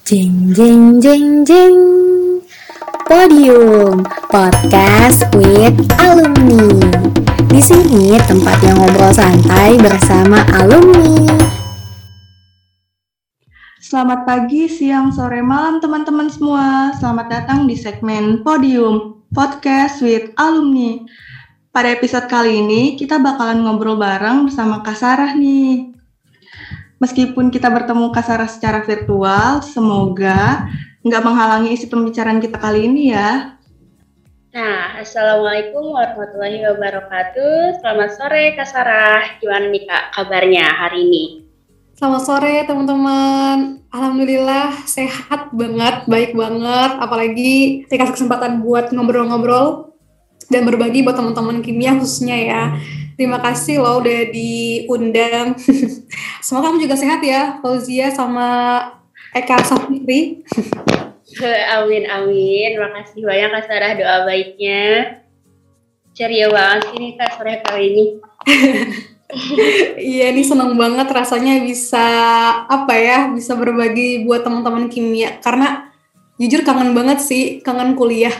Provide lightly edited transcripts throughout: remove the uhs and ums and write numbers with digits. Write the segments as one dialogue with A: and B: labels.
A: Jeng jeng jeng jeng. Podium Podcast with Alumni. Di sini tempatnya ngobrol santai bersama alumni.
B: Selamat pagi, siang, sore, malam teman-teman semua. Selamat datang di segmen Podium Podcast with Alumni. Pada episode kali ini kita bakalan ngobrol bareng bersama Kak Sarah nih. Meskipun kita bertemu Kak Sarah secara virtual, semoga nggak menghalangi isi pembicaraan kita kali ini ya.
C: Nah, Assalamualaikum warahmatullahi wabarakatuh. Selamat sore Kak Sarah. Gimana nih Kak kabarnya hari ini?
D: Selamat sore teman-teman. Alhamdulillah sehat banget, baik banget. Apalagi dikasih kesempatan buat ngobrol-ngobrol dan berbagi buat teman-teman kimia khususnya ya. Terima kasih loh udah diundang. Semoga kamu juga sehat ya, Fauzia sama Eka Safitri.
C: Amin, amin. Makasih banyak Kak Sarah doa baiknya. Ceria banget sih nih Kak sore kali ini.
D: Iya, ini seneng banget rasanya bisa bisa berbagi buat teman-teman kimia. Karena jujur kangen banget sih, kangen kuliah.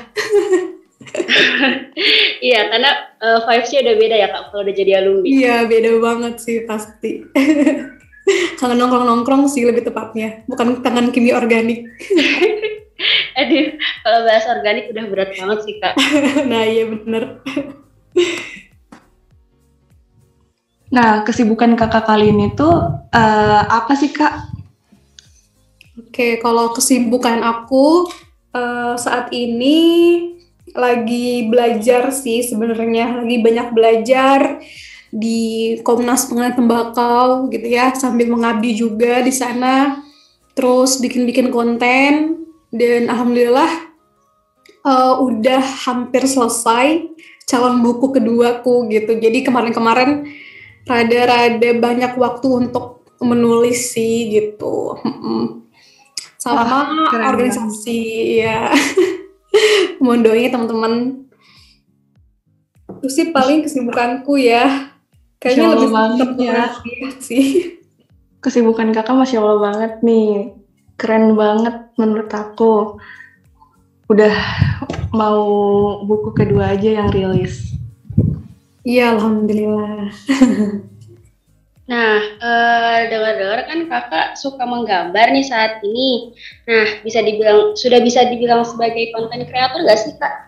C: Iya, karena vibes-nya udah beda ya Kak kalau udah jadi alumni.
D: Iya, beda banget sih pasti. Kangen nongkrong-nongkrong sih lebih tepatnya, bukan kangen kimia organik.
C: Aduh, kalau bahas organik udah berat banget sih Kak.
D: Nah, iya bener.
B: Nah, kesibukan kakak kali ini tuh apa sih Kak?
D: Oke, kalau kesibukan aku saat ini lagi belajar sih sebenarnya, lagi banyak belajar di Komnas Pengendalian Tembakau gitu ya, sambil mengabdi juga di sana, terus bikin-bikin konten, dan alhamdulillah udah hampir selesai calon buku keduaku gitu. Jadi kemarin-kemarin rada banyak waktu untuk menulis sih gitu. Sama organisasi ya. Mohon doanya teman-teman. Itu sih paling kesibukanku ya. Kayaknya lebih
B: banget ya
D: sih.
B: Kesibukan kakak Masya Allah banget nih. Keren banget menurut aku. Udah mau buku kedua aja yang rilis.
D: Iya, alhamdulillah.
C: Nah, dengar-dengar kan kakak suka menggambar nih saat ini. Nah, sudah bisa dibilang sebagai konten kreator nggak sih Kak?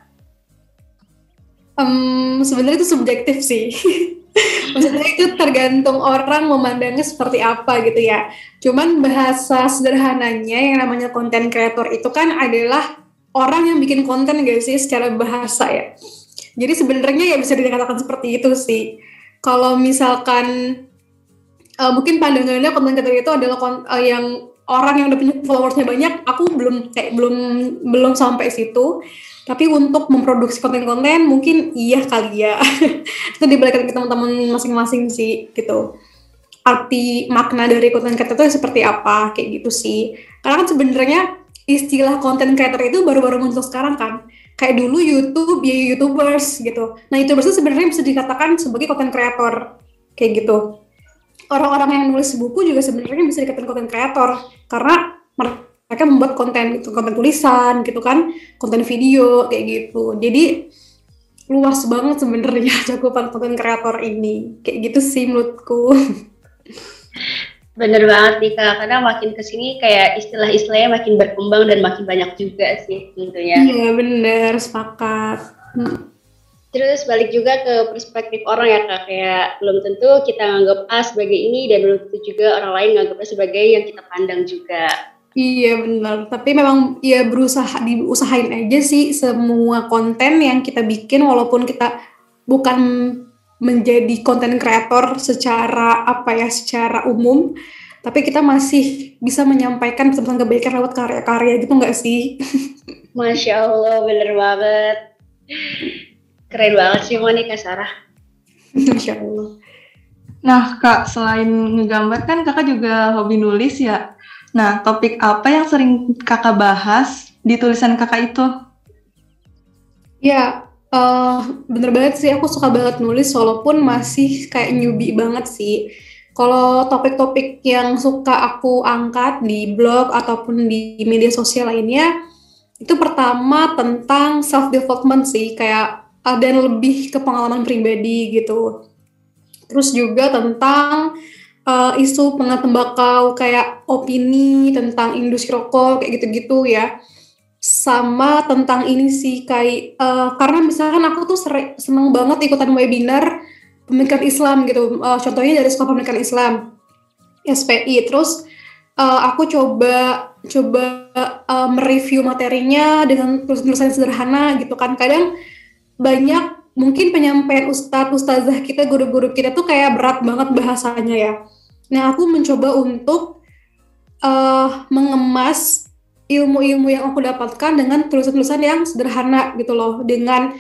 D: Sebenarnya itu subjektif sih. Maksudnya itu tergantung orang memandangnya seperti apa gitu ya. Cuman bahasa sederhananya yang namanya konten kreator itu kan adalah orang yang bikin konten gak sih secara bahasa ya. Jadi sebenarnya ya bisa dikatakan seperti itu sih. Kalau misalkan mungkin pandangannya konten kreator itu adalah yang orang yang udah punya followersnya banyak, aku belum sampai situ. Tapi untuk memproduksi konten-konten mungkin iya kali ya. Itu dibalikin ke teman-teman masing-masing sih gitu. Arti makna dari konten kreator itu seperti apa kayak gitu sih. Karena kan sebenarnya istilah konten kreator itu baru-baru muncul sekarang kan. Kayak dulu YouTube ya YouTubers gitu. Nah, YouTubers itu sebenarnya bisa dikatakan sebagai konten kreator kayak gitu. Orang-orang yang nulis buku juga sebenarnya bisa dikatakan konten kreator karena mereka membuat konten gitu, konten tulisan gitu kan, konten video kayak gitu. Jadi luas banget sebenarnya cakupan konten kreator ini. Kayak gitu sih menurutku.
C: Bener banget nih Kak, karena makin kesini kayak istilah-istilahnya makin berkembang dan makin banyak juga sih tentunya.
D: Iya bener, sepakat.
C: Terus balik juga ke perspektif orang ya Kak, kayak belum tentu kita nganggap A sebagai ini dan belum tentu juga orang lain nganggapnya sebagai yang kita pandang juga.
D: Iya benar, tapi memang ya diusahain aja sih semua konten yang kita bikin walaupun kita bukan menjadi konten kreator secara secara umum, tapi kita masih bisa menyampaikan pesan kebaikan lewat karya-karya gitu nggak sih?
C: Masya Allah, bener banget. Keren banget sih Monika Sarah.
D: Masya Allah.
B: Nah Kak, selain ngegambar kan kakak juga hobi nulis ya. Nah, topik apa yang sering kakak bahas di tulisan kakak itu?
D: Ya, bener banget sih, aku suka banget nulis walaupun masih kayak newbie banget sih. Kalau topik-topik yang suka aku angkat di blog ataupun di media sosial lainnya, itu pertama tentang self development sih, kayak dan lebih ke pengalaman pribadi gitu. Terus juga tentang isu pengen tembakau, kayak opini tentang industri rokok kayak gitu-gitu ya. Sama tentang ini sih kayak karena misalkan aku tuh seneng banget ikutan webinar pemikiran Islam gitu. Contohnya dari Sekolah Pemikiran Islam SPI. Terus aku coba mereview materinya dengan tulisan sederhana gitu kan. Kadang banyak mungkin penyampaian ustazah kita, guru-guru kita tuh kayak berat banget bahasanya ya. Nah, aku mencoba untuk mengemas ilmu-ilmu yang aku dapatkan dengan tulisan-tulisan yang sederhana gitu loh, dengan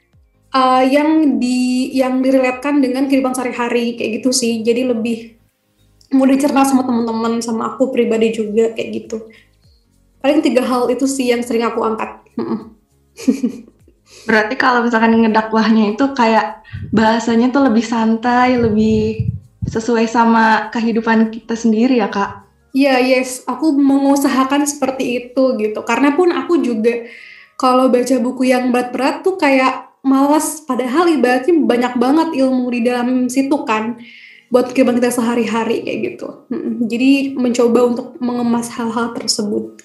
D: yang direlate-kan dengan kehidupan sehari-hari kayak gitu sih. Jadi lebih mudah dicerna sama teman-teman, sama aku pribadi juga kayak gitu. Paling 3 hal itu sih yang sering aku angkat.
B: Berarti kalau misalkan ngedakwahnya itu kayak bahasanya tuh lebih santai, lebih sesuai sama kehidupan kita sendiri ya, Kak?
D: Iya, yes, aku mengusahakan seperti itu gitu. Karena pun aku juga kalau baca buku yang berat-berat tuh kayak malas. Padahal ibaratnya banyak banget ilmu di dalam situ kan, buat kehidupan kita sehari-hari kayak gitu. Jadi mencoba untuk mengemas hal-hal tersebut.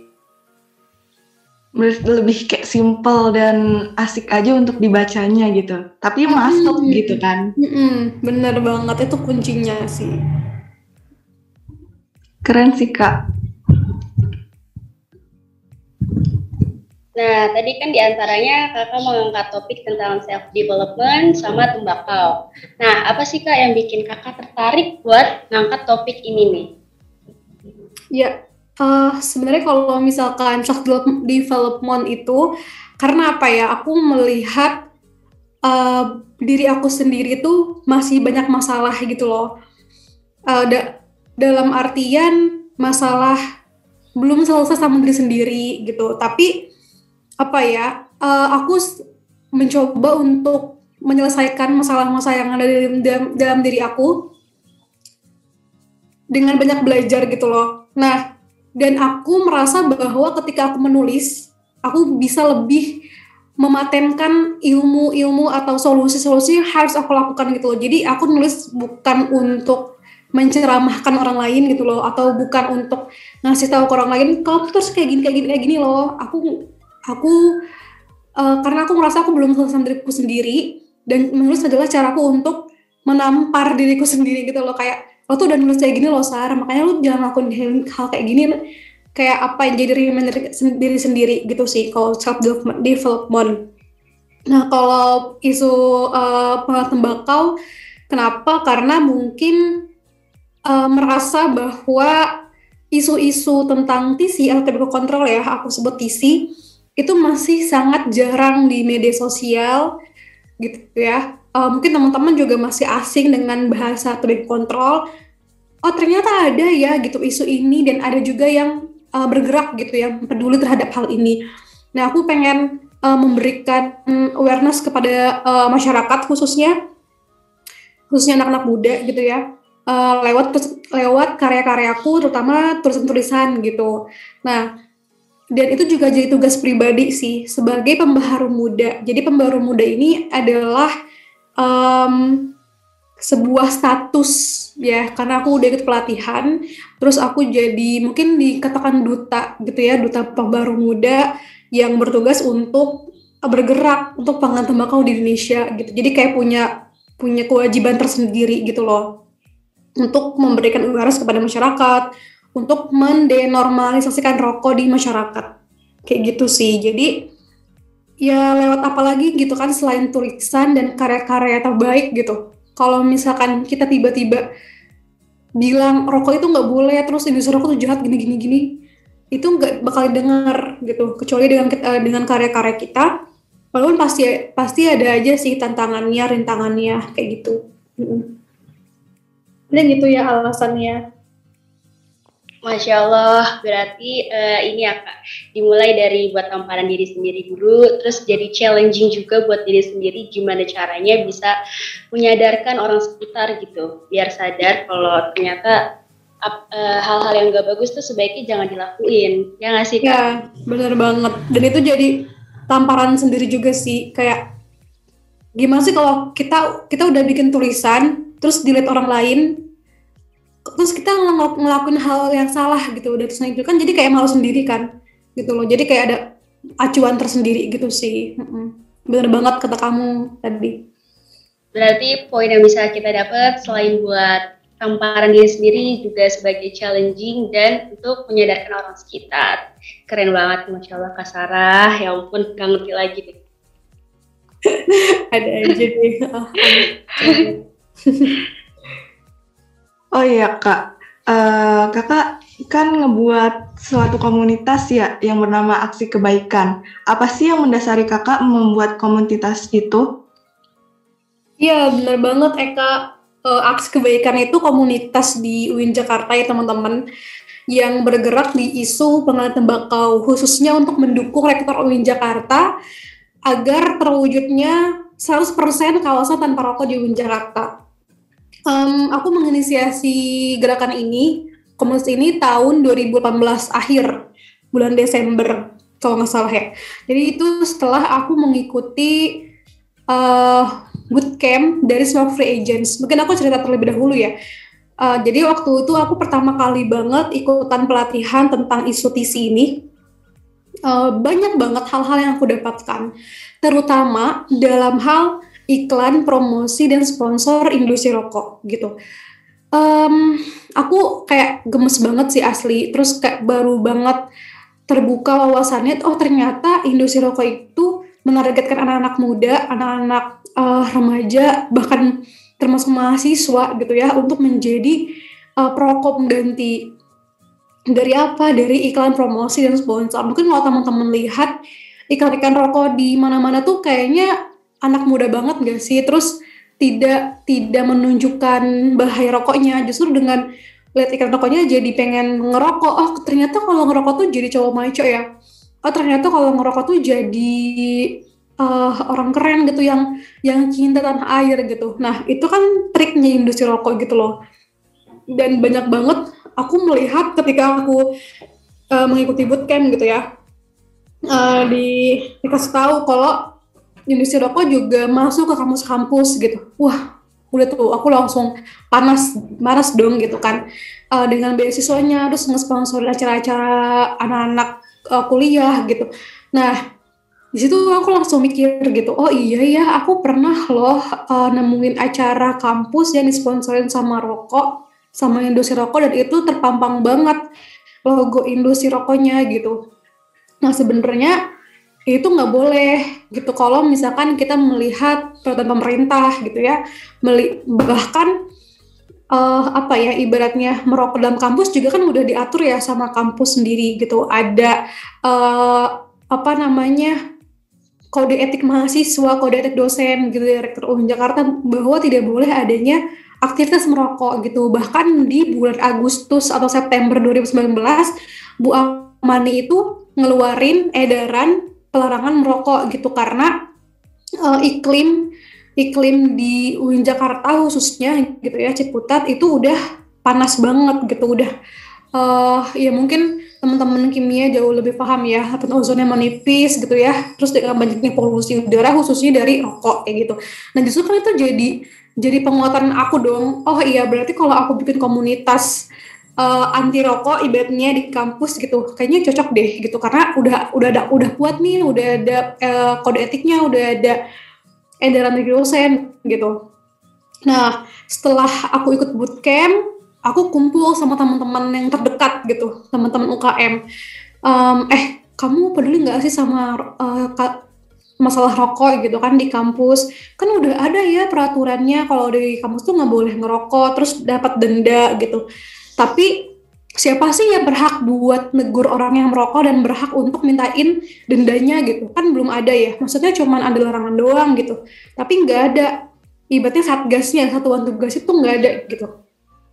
B: Lebih kayak simple dan asik aja untuk dibacanya gitu. Tapi masuk gitu kan.
D: Bener banget, itu kuncinya sih.
B: Keren sih, Kak.
C: Nah, tadi kan diantaranya kakak mengangkat topik tentang self-development sama tembakau. Nah, apa sih Kak yang bikin kakak tertarik buat ngangkat topik ini nih?
D: Ya, sebenarnya kalau misalkan self-development itu, karena apa ya, aku melihat diri aku sendiri tuh masih banyak masalah gitu loh. Dalam artian masalah belum selesai sama diri sendiri gitu, tapi apa ya, aku mencoba untuk menyelesaikan masalah-masalah yang ada dalam diri aku dengan banyak belajar gitu loh. Nah, dan aku merasa bahwa ketika aku menulis, aku bisa lebih mematenkan ilmu-ilmu atau solusi-solusi yang harus aku lakukan gitu loh. Jadi aku nulis bukan untuk menceramahkan orang lain gitu loh, atau bukan untuk ngasih tahu ke orang lain kalau terus kayak gini loh. Aku karena aku merasa aku belum selesai diriku sendiri, dan menulis adalah caraku untuk menampar diriku sendiri gitu loh, kayak lo tuh udah nulis kayak gini loh Sar, makanya lo jangan lakuin hal kayak gini, kayak apa yang jadi diri sendiri gitu sih kalau self development. Nah, kalau isu pengaruh tembakau, kenapa? Karena mungkin merasa bahwa isu-isu tentang TC, alcohol control ya, aku sebut TC, itu masih sangat jarang di media sosial gitu ya. Mungkin teman-teman juga masih asing dengan bahasa trade control. Oh, ternyata ada ya gitu isu ini, dan ada juga yang bergerak gitu, yang peduli terhadap hal ini. Nah, aku pengen memberikan awareness kepada masyarakat, khususnya anak-anak muda gitu ya, lewat karya-karyaku, terutama tulisan-tulisan gitu. Nah, dan itu juga jadi tugas pribadi sih sebagai pembaharu muda. Jadi pembaharu muda ini adalah sebuah status ya, karena aku udah ikut pelatihan, terus aku jadi mungkin dikatakan duta gitu ya, duta pembaharu muda yang bertugas untuk bergerak untuk pengenalan tembakau di Indonesia gitu. Jadi kayak punya kewajiban tersendiri gitu loh, untuk memberikan awareness kepada masyarakat, untuk mendenormalisasikan rokok di masyarakat kayak gitu sih. Jadi ya lewat apa lagi gitu kan selain tulisan dan karya-karya terbaik gitu. Kalau misalkan kita tiba-tiba bilang rokok itu nggak boleh, terus industri rokok itu jahat gini, itu nggak bakal didengar gitu, kecuali dengan karya-karya kita. Walaupun pasti ada aja sih tantangannya, rintangannya kayak gitu. Dan gitu ya alasannya.
C: Masya Allah, berarti ini ya Kak, dimulai dari buat tamparan diri sendiri dulu, terus jadi challenging juga buat diri sendiri gimana caranya bisa menyadarkan orang sekitar gitu, biar sadar kalau ternyata hal-hal yang gak bagus tuh sebaiknya jangan dilakuin, ya nggak sih Kak?
D: Ya, bener banget. Dan itu jadi tamparan sendiri juga sih, kayak gimana sih kalau kita udah bikin tulisan, terus dilihat orang lain, terus kita ngelakuin hal yang salah gitu udah tulisan itu kan jadi kayak malu sendiri kan gitu loh, jadi kayak ada acuan tersendiri gitu sih. Bener banget kata kamu tadi.
C: Berarti poin yang bisa kita dapat selain buat tamparan diri sendiri juga sebagai challenging dan untuk menyadarkan orang sekitar. Keren banget, Masya Allah Kak Sarah, ya ampun gak ngerti lagi deh.
D: Ada aja deh.
B: Oh iya Kak, Kakak kan ngebuat suatu komunitas ya yang bernama Aksi Kebaikan. Apa sih yang mendasari Kakak membuat komunitas itu?
D: Iya bener banget Eka. Aksi Kebaikan itu komunitas di UIN Jakarta ya teman-teman, yang bergerak di isu pengelolaan tembakau, khususnya untuk mendukung Rektor UIN Jakarta agar terwujudnya 100% kawasan tanpa rokok di UIN Jakarta. Aku menginisiasi gerakan ini, komunitas ini tahun 2018 akhir, bulan Desember kalau nggak salah ya. Jadi itu setelah aku mengikuti bootcamp dari Smart Free Agents. Mungkin aku cerita terlebih dahulu ya. Jadi waktu itu aku pertama kali banget ikutan pelatihan tentang isu TC ini. Banyak banget hal-hal yang aku dapatkan, terutama dalam hal iklan, promosi, dan sponsor industri rokok gitu. Aku kayak gemes banget sih asli, terus kayak baru banget terbuka wawasannya, oh ternyata industri rokok itu menargetkan anak-anak muda, anak-anak remaja, bahkan termasuk mahasiswa gitu ya, untuk menjadi perokok pengganti. Dari apa? Dari iklan, promosi, dan sponsor. Mungkin kalau teman-teman lihat iklan-iklan rokok di mana-mana tuh kayaknya anak muda banget gak sih? Terus tidak menunjukkan bahaya rokoknya, justru dengan lihat iklan rokoknya jadi pengen ngerokok. Oh ternyata kalau ngerokok tuh jadi cowok maco ya. Oh ternyata kalau ngerokok tuh jadi orang keren gitu yang cinta tanah air gitu. Nah itu kan triknya industri rokok gitu loh. Dan banyak banget aku melihat ketika aku mengikuti bootcamp gitu ya, dikasih tahu kalau industri rokok juga masuk ke kampus-kampus gitu. Wah, udah tuh aku langsung panas dong gitu kan, dengan beasiswanya, terus nge-sponsor acara-acara anak-anak kuliah gitu. Nah, di situ aku langsung mikir gitu, oh iya ya, aku pernah loh nemuin acara kampus yang disponsorin sama rokok, sama industri rokok, dan itu terpampang banget logo industri rokoknya gitu. Nah, sebenarnya itu nggak boleh gitu kalau misalkan kita melihat peraturan pemerintah gitu ya, bahkan ibaratnya merokok dalam kampus juga kan udah diatur ya sama kampus sendiri gitu, ada kode etik mahasiswa, kode etik dosen gitu ya, Rektor UIN Jakarta, bahwa tidak boleh adanya aktivitas merokok gitu. Bahkan di bulan Agustus atau September 2019 Bu Amani itu ngeluarin edaran pelarangan merokok gitu, karena iklim di UIN Jakarta khususnya gitu ya, Ciputat itu udah panas banget gitu, udah ya mungkin teman-teman kimia jauh lebih paham ya, lapisan ozonnya menipis gitu ya, terus dengan banyaknya polusi udara khususnya dari rokok kayak gitu. Nah justru kan itu jadi penguatan aku dong, oh iya berarti kalau aku bikin komunitas anti rokok ibaratnya di kampus gitu, kayaknya cocok deh gitu, karena udah kuat nih, udah ada kode etiknya, udah ada edaran dari dosen gitu. Nah setelah aku ikut bootcamp, aku kumpul sama teman-teman yang terdekat gitu, teman-teman UKM. Kamu peduli nggak sih sama masalah rokok gitu kan di kampus? Kan udah ada ya peraturannya, kalau di kampus tuh nggak boleh ngerokok, terus dapat denda gitu. Tapi siapa sih yang berhak buat negur orang yang merokok dan berhak untuk mintain dendanya gitu? Kan belum ada ya, maksudnya cuma ada larangan doang gitu. Tapi nggak ada, ibaratnya satgasnya, satuan tugas itu nggak ada gitu.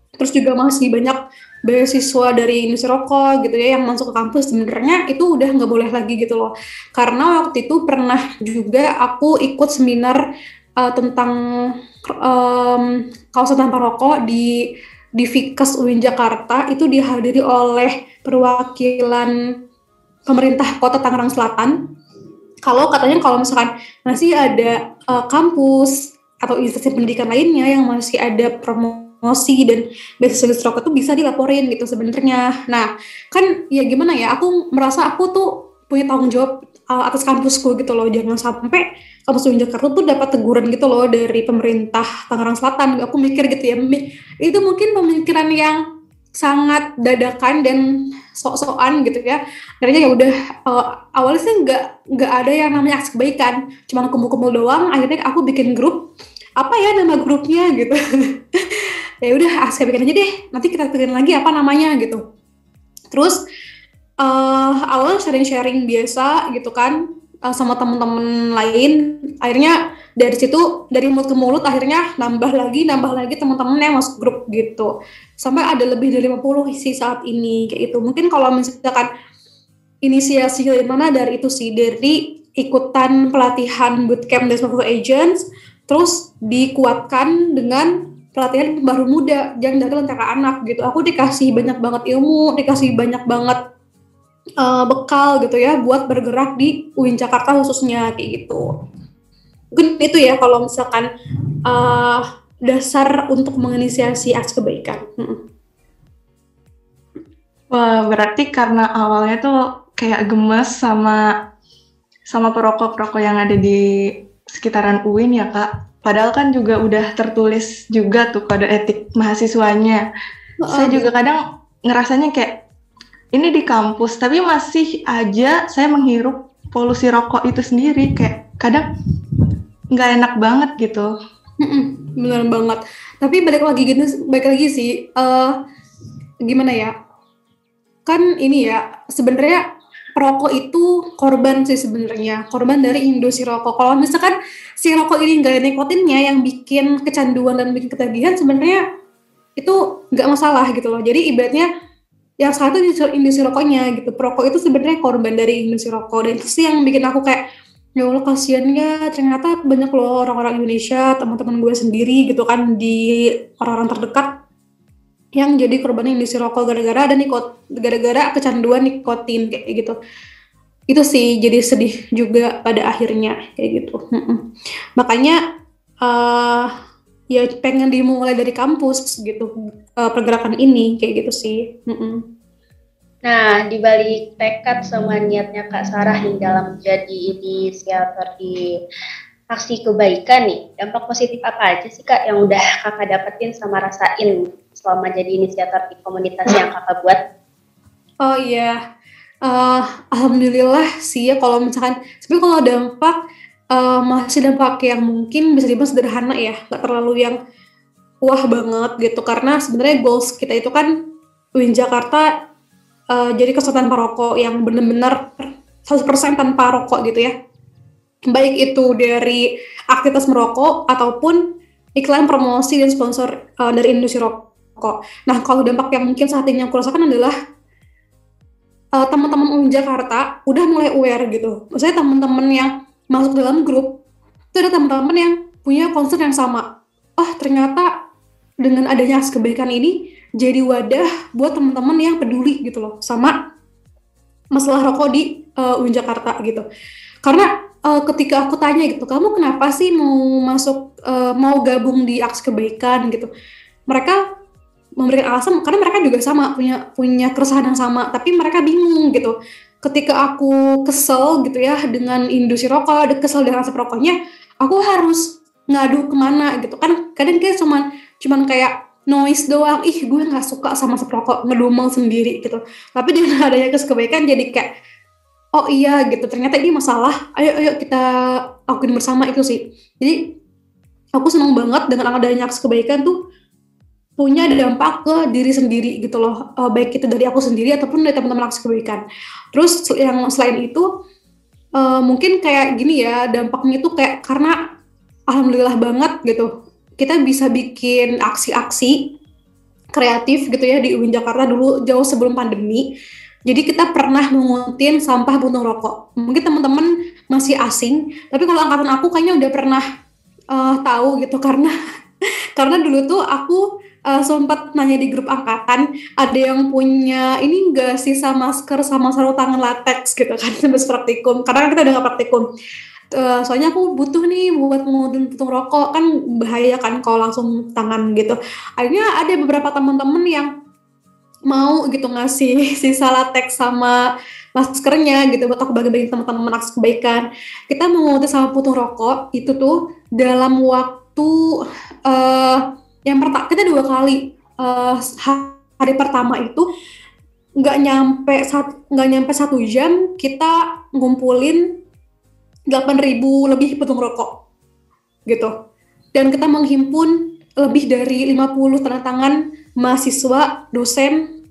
D: terus juga masih banyak beasiswa dari industri rokok gitu ya yang masuk ke kampus, sebenarnya itu udah nggak boleh lagi gitu loh. Karena waktu itu pernah juga aku ikut seminar tentang kawasan tanpa rokok di Fikes UIN Jakarta, itu dihadiri oleh perwakilan pemerintah Kota Tangerang Selatan. Kalau misalkan masih ada kampus atau instansi pendidikan lainnya yang masih ada promosi dan beasiswa rokok itu bisa dilaporin gitu sebenarnya. Nah, kan ya gimana ya, aku merasa aku tuh punya tanggung jawab atas kampusku gitu loh. Jangan sampai kampus UIN Jakarta tuh dapat teguran gitu loh dari pemerintah Tangerang Selatan. Aku mikir gitu ya, itu mungkin pemikiran yang sangat dadakan dan sok-sokan gitu ya. Akhirnya ya udah awalnya sih nggak ada yang namanya aksi kebaikan, cuma kumpul-kumpul doang. Akhirnya aku bikin grup, apa ya nama grupnya gitu. Ya udah aksi kebaikan aja deh, nanti kita pikirin lagi apa namanya gitu. Terus awalnya sharing-sharing biasa gitu kan sama teman-teman lain. Akhirnya dari situ, dari mulut ke mulut, akhirnya nambah lagi teman-teman yang masuk grup gitu. Sampai ada lebih dari 50 sih saat ini kayak itu. Mungkin kalau misalkan inisiasi dari mana, dari itu sih, dari ikutan pelatihan bootcamp dari Smart Agents, terus dikuatkan dengan pelatihan baru muda yang dari Lentera Anak gitu. Aku dikasih banyak banget ilmu, dikasih banyak banget bekal gitu ya buat bergerak di UIN Jakarta khususnya kayak gitu. Mungkin itu ya kalau misalkan dasar untuk menginisiasi aksi kebaikan.
B: Wah, berarti karena awalnya tuh kayak gemes sama perokok-perokok yang ada di sekitaran UIN ya Kak. Padahal kan juga udah tertulis juga tuh kode etik mahasiswanya. Saya juga kadang ngerasanya kayak ini di kampus, tapi masih aja saya menghirup polusi rokok itu sendiri. Kayak kadang nggak enak banget gitu.
D: Bener banget. Tapi balik lagi sih, gimana ya? Kan ini ya, sebenarnya perokok itu korban sih sebenarnya, korban dari industri rokok. Kalau misalkan si rokok ini nggak ada nikotinnya yang bikin kecanduan dan bikin ketagihan, sebenarnya itu nggak masalah gitu loh. Jadi ibaratnya yang satu industri rokoknya gitu. Perokok itu sebenarnya korban dari industri rokok, dan itu sih yang bikin aku kayak, ya Allah kasiannya, ternyata banyak loh orang-orang Indonesia, teman-teman gue sendiri gitu kan, di orang-orang terdekat yang jadi korban industri rokok gara-gara kecanduan nikotin kayak gitu. Itu sih jadi sedih juga pada akhirnya kayak gitu. Makanya ya pengen dimulai dari kampus gitu pergerakan ini kayak gitu sih.
C: Nah, dibalik tekad sama niatnya Kak Sarah nih dalam menjadi inisiator di aksi kebaikan nih, dampak positif apa aja sih Kak yang udah Kakak dapetin sama rasain selama jadi inisiator di komunitas yang Kakak buat?
D: Oh iya, alhamdulillah sih ya kalau misalkan, sebenarnya kalau dampak masih dampak yang mungkin bisa dibilang sederhana ya, nggak terlalu yang wah banget gitu, karena sebenarnya goals kita itu kan UIN Jakarta jadi kota tanpa rokok yang benar-benar 100% tanpa rokok gitu ya, baik itu dari aktivitas merokok ataupun iklan promosi dan sponsor dari industri rokok. Nah, kalau dampak yang mungkin saat ini aku rasakan adalah teman-teman UIN Jakarta udah mulai aware gitu. Maksudnya teman-teman yang masuk dalam grup itu ada teman-teman yang punya concern yang sama. Oh, ternyata dengan adanya aksi kebaikan ini jadi wadah buat teman-teman yang peduli gitu loh sama masalah rokok di UIN Jakarta gitu. Karena ketika aku tanya gitu, kamu kenapa sih mau gabung di aksi kebaikan gitu, mereka memberikan alasan karena mereka juga sama punya keresahan yang sama, tapi mereka bingung gitu. Ketika aku kesel gitu ya dengan industri rokok, kesel dengan asap rokoknya, aku harus ngadu kemana gitu kan? Kadang kayak cuman kayak noise doang, gue nggak suka sama asap rokok, ngedumel sendiri gitu. Tapi dengan adanya kebaikan jadi kayak, oh iya gitu, ternyata ini masalah, ayo kita lakuin bersama itu sih. Jadi aku senang banget dengan adanya kebaikan tuh punya dampak ke diri sendiri gitu loh, baik itu dari aku sendiri ataupun dari teman-teman aksi kebaikan. Terus yang selain itu mungkin kayak gini ya, dampaknya itu kayak karena alhamdulillah banget gitu, kita bisa bikin aksi-aksi kreatif gitu ya di UIN Jakarta dulu jauh sebelum pandemi. Jadi kita pernah mengutin sampah puntung rokok. Mungkin teman-teman masih asing, tapi kalau angkatan aku kayaknya udah pernah tahu gitu karena dulu tuh aku sempat nanya di grup angkatan, ada yang punya ini enggak sisa masker sama sarung tangan latex gitu kan sampai praktikum. Karena kan kita udah nggak praktikum. Soalnya aku butuh nih buat mengutin puntung rokok, kan bahaya kan kalau langsung tangan gitu. Akhirnya ada beberapa teman-teman yang mau gitu ngasih sisa latex sama maskernya gitu buat aku bagi-bagi teman-teman aksi kebaikan. Kita mengutin sama puntung rokok itu tuh dalam waktu yang pertama kita 2 kali. Hari pertama itu nggak nyampe 1 jam kita ngumpulin 8.000 lebih puntung rokok gitu, dan kita menghimpun lebih dari 50 tanda tangan mahasiswa, dosen,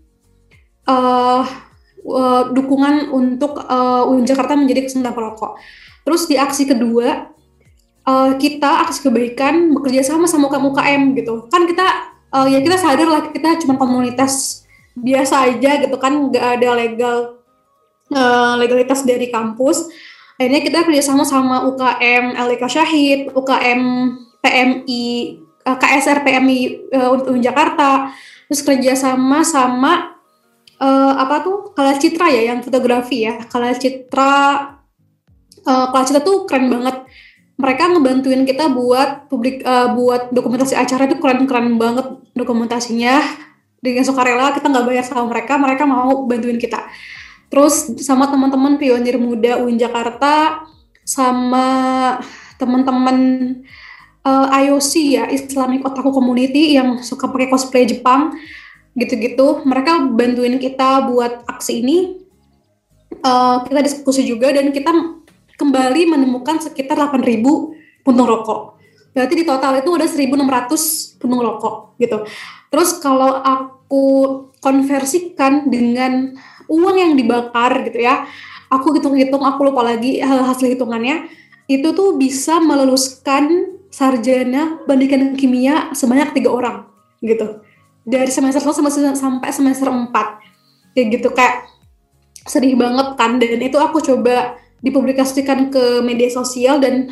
D: dukungan untuk UIN Jakarta menjadi kesenjangan perokok. Terus di aksi kedua kita aksi kebaikan bekerja sama UKM gitu kan, kita ya kita sadar lah kita cuma komunitas biasa aja gitu kan, nggak ada legalitas dari kampus. Akhirnya kita kerjasama sama UKM LDK Syahid, UKM PMI, KSR PMI UIN Jakarta, terus kerjasama sama Kala Citra ya, yang fotografi ya. Kala Citra tuh keren banget. Mereka ngebantuin kita buat buat dokumentasi acara, itu keren banget dokumentasinya. Dengan sukarela, kita nggak bayar sama mereka mau bantuin kita. Terus sama teman-teman pionir muda UIN Jakarta, sama teman-teman IOC ya, Islamic Otaku Community yang suka pakai cosplay Jepang gitu-gitu. Mereka bantuin kita buat aksi ini. Kita diskusi juga dan kita kembali menemukan sekitar 8.000 puntung rokok. Berarti di total itu ada 1.600 puntung rokok gitu. Terus kalau aku konversikan dengan uang yang dibakar gitu ya, aku hitung-hitung, aku lupa lagi hasil hitungannya, itu tuh bisa meluluskan sarjana pendidikan kimia sebanyak 3 orang gitu, dari semester 1 sampai semester 4 kayak gitu. Kayak sedih banget kan, dan itu aku coba dipublikasikan ke media sosial dan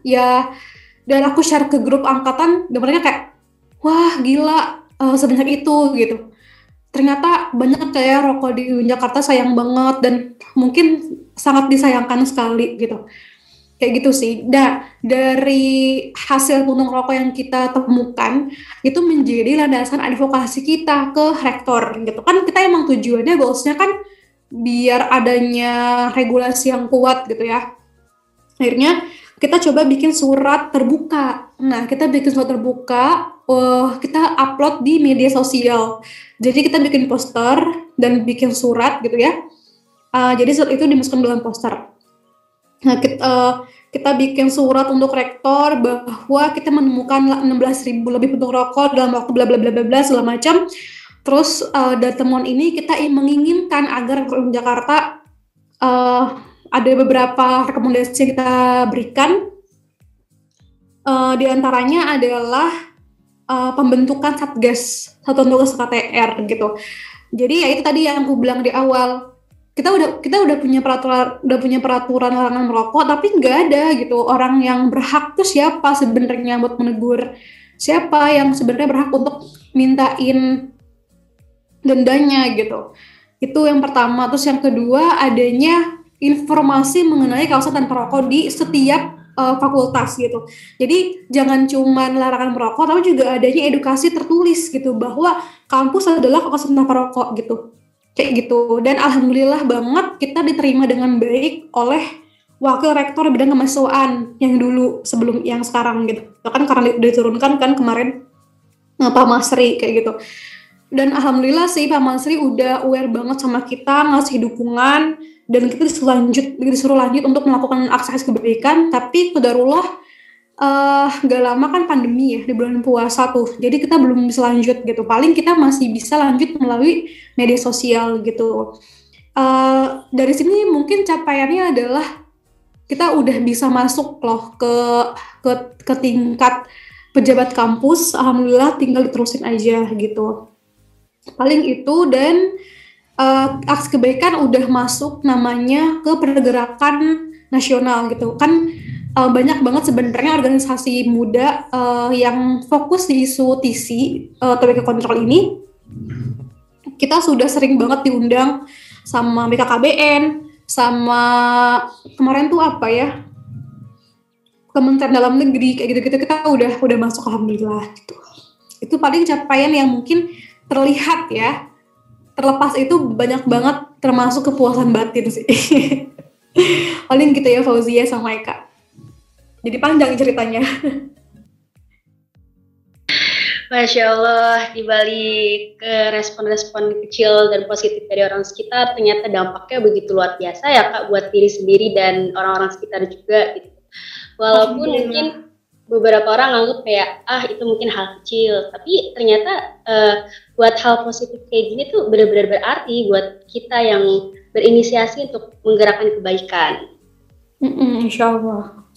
D: aku share ke grup angkatan, dan mereka kayak wah gila, sebanyak itu gitu. Ternyata banyak kayak rokok di Jakarta sayang banget dan mungkin sangat disayangkan sekali gitu. Kayak gitu sih. Nah, dari hasil puntung rokok yang kita temukan itu menjadi landasan advokasi kita ke rektor gitu kan. Kita emang tujuannya, goalsnya kan biar adanya regulasi yang kuat gitu ya. Akhirnya kita coba bikin surat terbuka. Nah, kita bikin surat terbuka, kita upload di media sosial. Jadi kita bikin poster dan bikin surat gitu ya. Jadi surat itu dimasukkan dalam poster. Nah, kita bikin surat untuk rektor bahwa kita menemukan 16.000 lebih puntung rokok dalam waktu bla bla bla bla bla segala macam. Terus dari temuan ini kita menginginkan agar Jakarta ada beberapa rekomendasi yang kita berikan. Di antaranya adalah pembentukan Satgas, Satuan Tugas KTR gitu. Jadi ya itu tadi yang aku bilang di awal. Kita udah punya peraturan larangan merokok, tapi nggak ada gitu orang yang berhak tuh siapa sebenarnya buat menegur, siapa yang sebenarnya berhak untuk mintain dendanya gitu. Itu yang pertama. Terus yang kedua, adanya informasi mengenai kawasan tanpa rokok di setiap fakultas gitu. Jadi jangan cuma larangan merokok, tapi juga adanya edukasi tertulis gitu bahwa kampus adalah kawasan tanpa rokok gitu. Kayak gitu. Dan alhamdulillah banget kita diterima dengan baik oleh wakil rektor bidang kemahasiswaan yang dulu sebelum yang sekarang gitu. Kan karena diturunkan kan kemarin Pak Masri kayak gitu. Dan alhamdulillah sih Pak Masri udah aware banget sama kita, ngasih dukungan, dan kita disuruh lanjut untuk melakukan aksi kebaikan. Tapi qadarullah gak lama kan pandemi ya, di bulan puasa tuh, jadi kita belum bisa lanjut gitu. Paling kita masih bisa lanjut melalui media sosial gitu. Dari sini mungkin capaiannya adalah kita udah bisa masuk loh ke tingkat pejabat kampus. Alhamdulillah, tinggal diterusin aja gitu. Paling itu, dan aksi kebaikan udah masuk namanya ke pergerakan nasional gitu kan. Banyak banget sebenarnya organisasi muda yang fokus di isu TC, tobacco control ini. Kita sudah sering banget diundang sama BKKBN, sama kemarin tuh apa ya, Kementerian Dalam Negeri, kayak gitu-gitu. Kita udah masuk, alhamdulillah gitu. Itu paling capaian yang mungkin terlihat ya. Terlepas itu banyak banget, termasuk kepuasan batin sih. Paling gitu ya Fauzia sama Eka. Jadi panjang ceritanya.
C: Masya Allah, dibalik ke respon-respon kecil dan positif dari orang sekitar, ternyata dampaknya begitu luar biasa ya Kak, buat diri sendiri dan orang-orang sekitar juga gitu. Walaupun mungkin beberapa orang anggap kayak, itu mungkin hal kecil, tapi ternyata buat hal positif kayak gini tuh benar-benar berarti buat kita yang berinisiasi untuk menggerakkan kebaikan.
D: Insya Allah.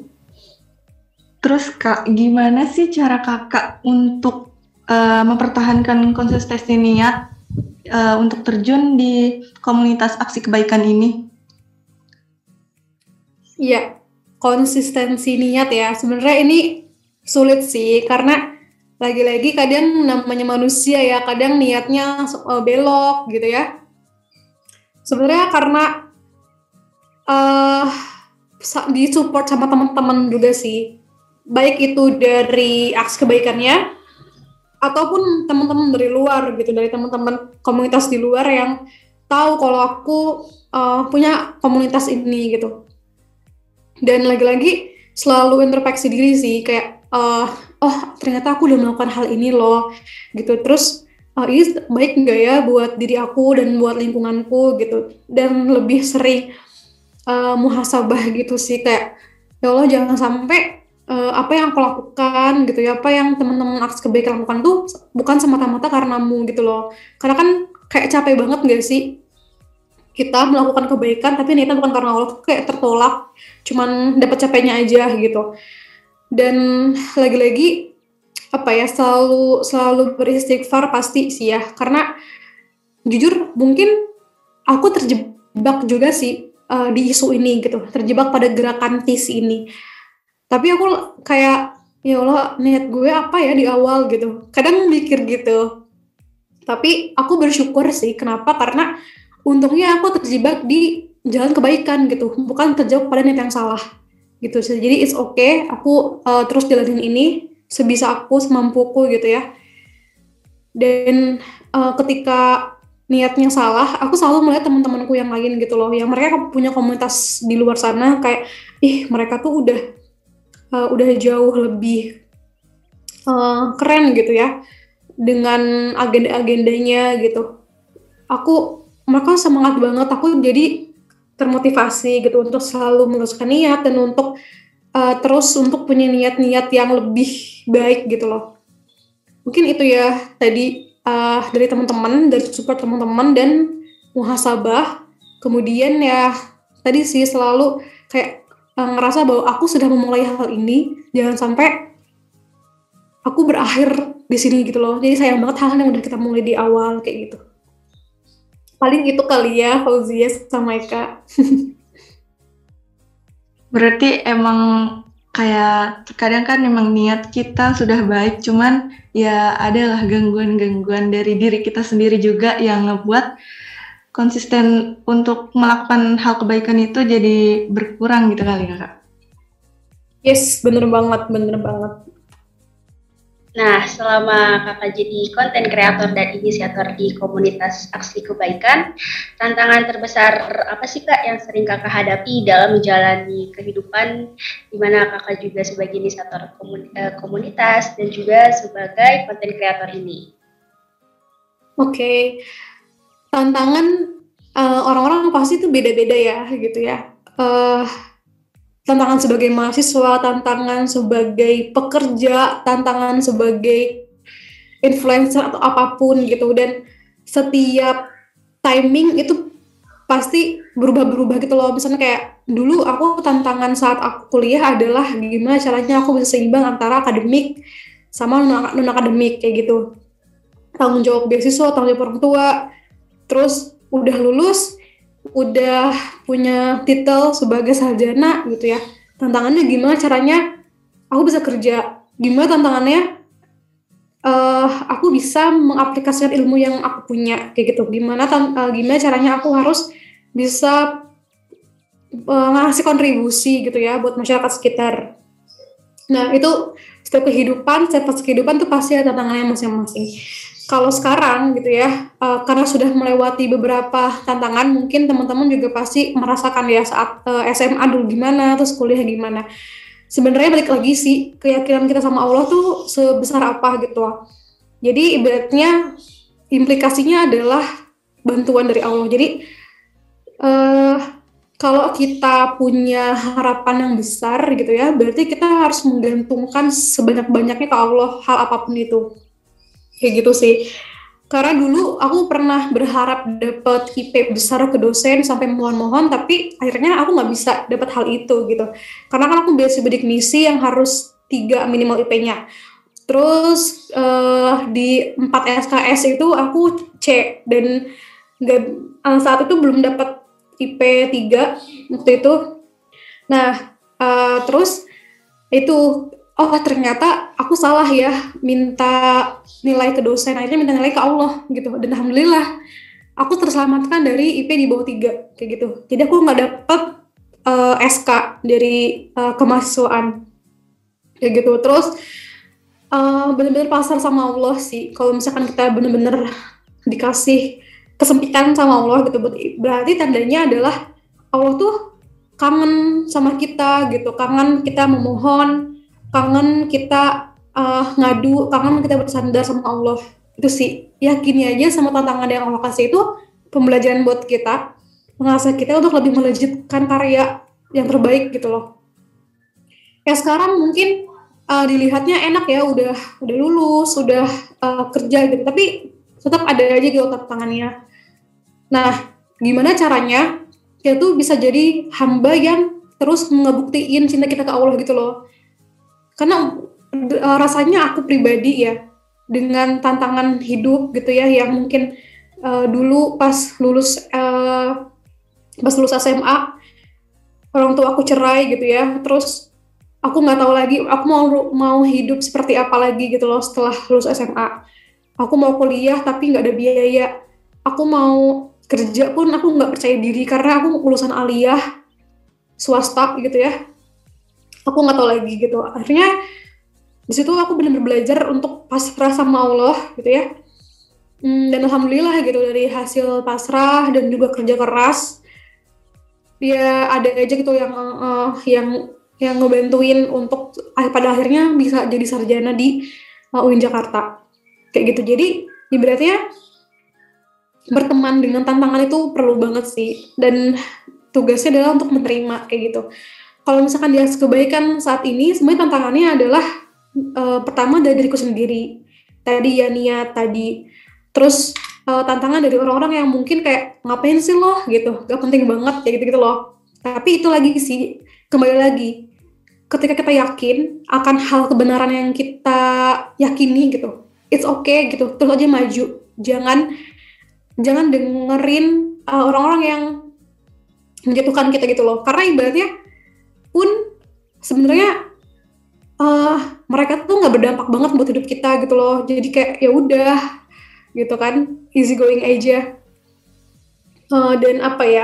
B: Terus Kak, gimana sih cara Kakak untuk mempertahankan konsistensi niat untuk terjun di komunitas aksi kebaikan ini?
D: Iya, konsistensi niat ya. Sebenarnya ini sulit sih, karena lagi-lagi kadang namanya manusia ya, kadang niatnya belok gitu ya. Sebenarnya karena disupport sama teman-teman juga sih. Baik itu dari aksi kebaikannya ataupun teman-teman dari luar gitu, dari teman-teman komunitas di luar yang tahu kalau aku punya komunitas ini gitu. Dan lagi-lagi selalu introspeksi diri sih, kayak ternyata aku udah melakukan hal ini loh gitu. Terus ini baik nggak ya buat diri aku dan buat lingkunganku gitu. Dan lebih sering muhasabah gitu sih, kayak ya Allah jangan sampai apa yang aku lakukan gitu ya, apa yang teman-teman aksi kebaikan lakukan tuh bukan semata-mata karenamu gitu loh. Karena kan kayak capek banget gak sih kita melakukan kebaikan tapi niatnya bukan karena Allah, tuh kayak tertolak, cuman dapat capeknya aja gitu. Dan lagi-lagi apa ya, selalu beristighfar pasti sih ya, karena jujur mungkin aku terjebak juga sih di isu ini gitu, terjebak pada gerakan TIS ini. Tapi aku kayak, ya Allah, niat gue apa ya di awal gitu. Kadang mikir gitu. Tapi aku bersyukur sih, kenapa? Karena untungnya aku terjebak di jalan kebaikan gitu, bukan terjebak pada niat yang salah gitu. Jadi it's okay, aku terus jalanin ini sebisa aku, semampuku gitu ya. Dan ketika niatnya salah, aku selalu melihat teman-temanku yang lain gitu loh, yang mereka punya komunitas di luar sana, kayak mereka tuh udah jauh lebih keren gitu ya dengan agenda-agendanya gitu. Mereka semangat banget, aku jadi termotivasi gitu untuk selalu meneruskan niat dan untuk terus untuk punya niat-niat yang lebih baik gitu loh. Mungkin itu ya tadi dari teman-teman, dari support teman-teman dan muhasabah. Kemudian ya tadi sih selalu kayak ngerasa bahwa aku sudah memulai hal ini, jangan sampai aku berakhir di sini gitu loh. Jadi sayang banget hal yang udah kita mulai di awal kayak gitu. Paling itu kali ya Fauzia sama Eka.
B: Berarti emang kayak kadang kan memang niat kita sudah baik, cuman ya adalah gangguan-gangguan dari diri kita sendiri juga yang ngebuat konsisten untuk melakukan hal kebaikan itu jadi berkurang gitu kali Kak.
D: Yes, bener banget.
C: Nah, selama Kakak jadi konten kreator dan inisiator di komunitas aksi kebaikan, tantangan terbesar apa sih Kak yang sering Kakak hadapi dalam menjalani kehidupan, di mana Kakak juga sebagai inisiator komunitas dan juga sebagai konten kreator ini?
D: Oke. Tantangan orang-orang pasti itu beda-beda ya gitu ya. Tantangan sebagai mahasiswa, tantangan sebagai pekerja, tantangan sebagai influencer atau apapun gitu, dan setiap timing itu pasti berubah-berubah gitu loh. Misalnya kayak dulu aku tantangan saat aku kuliah adalah gimana caranya aku bisa seimbang antara akademik sama non-akademik kayak gitu. tanggung jawab beasiswa, tanggung jawab orang tua, terus udah lulus, udah punya titel sebagai sarjana gitu ya. Tantangannya gimana caranya aku bisa kerja, gimana tantangannya aku bisa mengaplikasikan ilmu yang aku punya kayak gitu, gimana caranya aku harus bisa ngasih kontribusi gitu ya buat masyarakat sekitar. Nah itu setiap fase kehidupan tuh pasti ada tantangannya masing-masing. Kalau sekarang gitu ya, karena sudah melewati beberapa tantangan, mungkin teman-teman juga pasti merasakan ya saat SMA dulu gimana, terus kuliah gimana. Sebenarnya balik lagi sih, keyakinan kita sama Allah tuh sebesar apa gitu. Jadi ibaratnya implikasinya adalah bantuan dari Allah. Jadi kalau kita punya harapan yang besar gitu ya, berarti kita harus menggantungkan sebanyak-banyaknya ke Allah hal apapun itu. Kayak gitu sih. Karena dulu aku pernah berharap dapat IP besar ke dosen sampai mohon-mohon, tapi akhirnya aku nggak bisa dapat hal itu gitu. Karena kan aku biasa bidik misi yang harus 3 minimal IP-nya. Terus di 4 SKS itu aku C dan saat itu belum dapat IP 3 waktu itu. Nah, terus itu ternyata aku salah ya minta nilai ke dosen, akhirnya minta nilai ke Allah gitu, dan alhamdulillah aku terselamatkan dari IP di bawah 3 kayak gitu. Jadi aku nggak dapet SK dari kemahasiswaan kayak gitu. Terus benar-benar pasrah sama Allah sih. Kalau misalkan kita benar-benar dikasih kesempitan sama Allah gitu, berarti tandanya adalah Allah tuh kangen sama kita gitu, kangen kita memohon, kangen kita ngadu, kangen kita bersandar sama Allah. Itu sih, yakini aja sama tantangan yang Allah kasih itu pembelajaran buat kita, mengasah kita untuk lebih melanjutkan karya yang terbaik gitu loh. Ya sekarang mungkin dilihatnya enak ya, udah lulus, udah kerja gitu, tapi tetap ada aja gitu tantangannya. Nah, gimana caranya kita tuh bisa jadi hamba yang terus ngebuktiin cinta kita ke Allah gitu loh. Karena rasanya aku pribadi ya, dengan tantangan hidup gitu ya, yang mungkin dulu pas lulus SMA orang tua aku cerai gitu ya, terus aku nggak tahu lagi aku mau hidup seperti apa lagi gitu loh setelah lulus SMA. Aku mau kuliah tapi nggak ada biaya, aku mau kerja pun aku nggak percaya diri karena aku lulusan aliyah swasta gitu ya, aku nggak tahu lagi gitu. Akhirnya di situ aku benar-benar belajar untuk pasrah sama Allah gitu ya. Dan alhamdulillah gitu, dari hasil pasrah dan juga kerja keras ya ada aja gitu yang ngebantuin untuk pada akhirnya bisa jadi sarjana di UIN Jakarta kayak gitu. Jadi ibaratnya berteman dengan tantangan itu perlu banget sih, dan tugasnya adalah untuk menerima kayak gitu. Kalau misalkan dia kebaikan saat ini, sebenarnya tantangannya adalah pertama dari diriku sendiri tadi ya, niat tadi. Terus tantangan dari orang-orang yang mungkin kayak ngapain sih loh gitu, gak penting banget kayak gitu-gitu loh. Tapi itu lagi sih, kembali lagi, ketika kita yakin akan hal kebenaran yang kita yakini gitu, it's okay gitu, terus aja maju. Jangan dengerin orang-orang yang menjatuhkan kita gitu loh. Karena ibaratnya pun sebenarnya mereka tuh nggak berdampak banget buat hidup kita gitu loh. Jadi kayak ya udah gitu kan, easy going aja. Dan apa ya,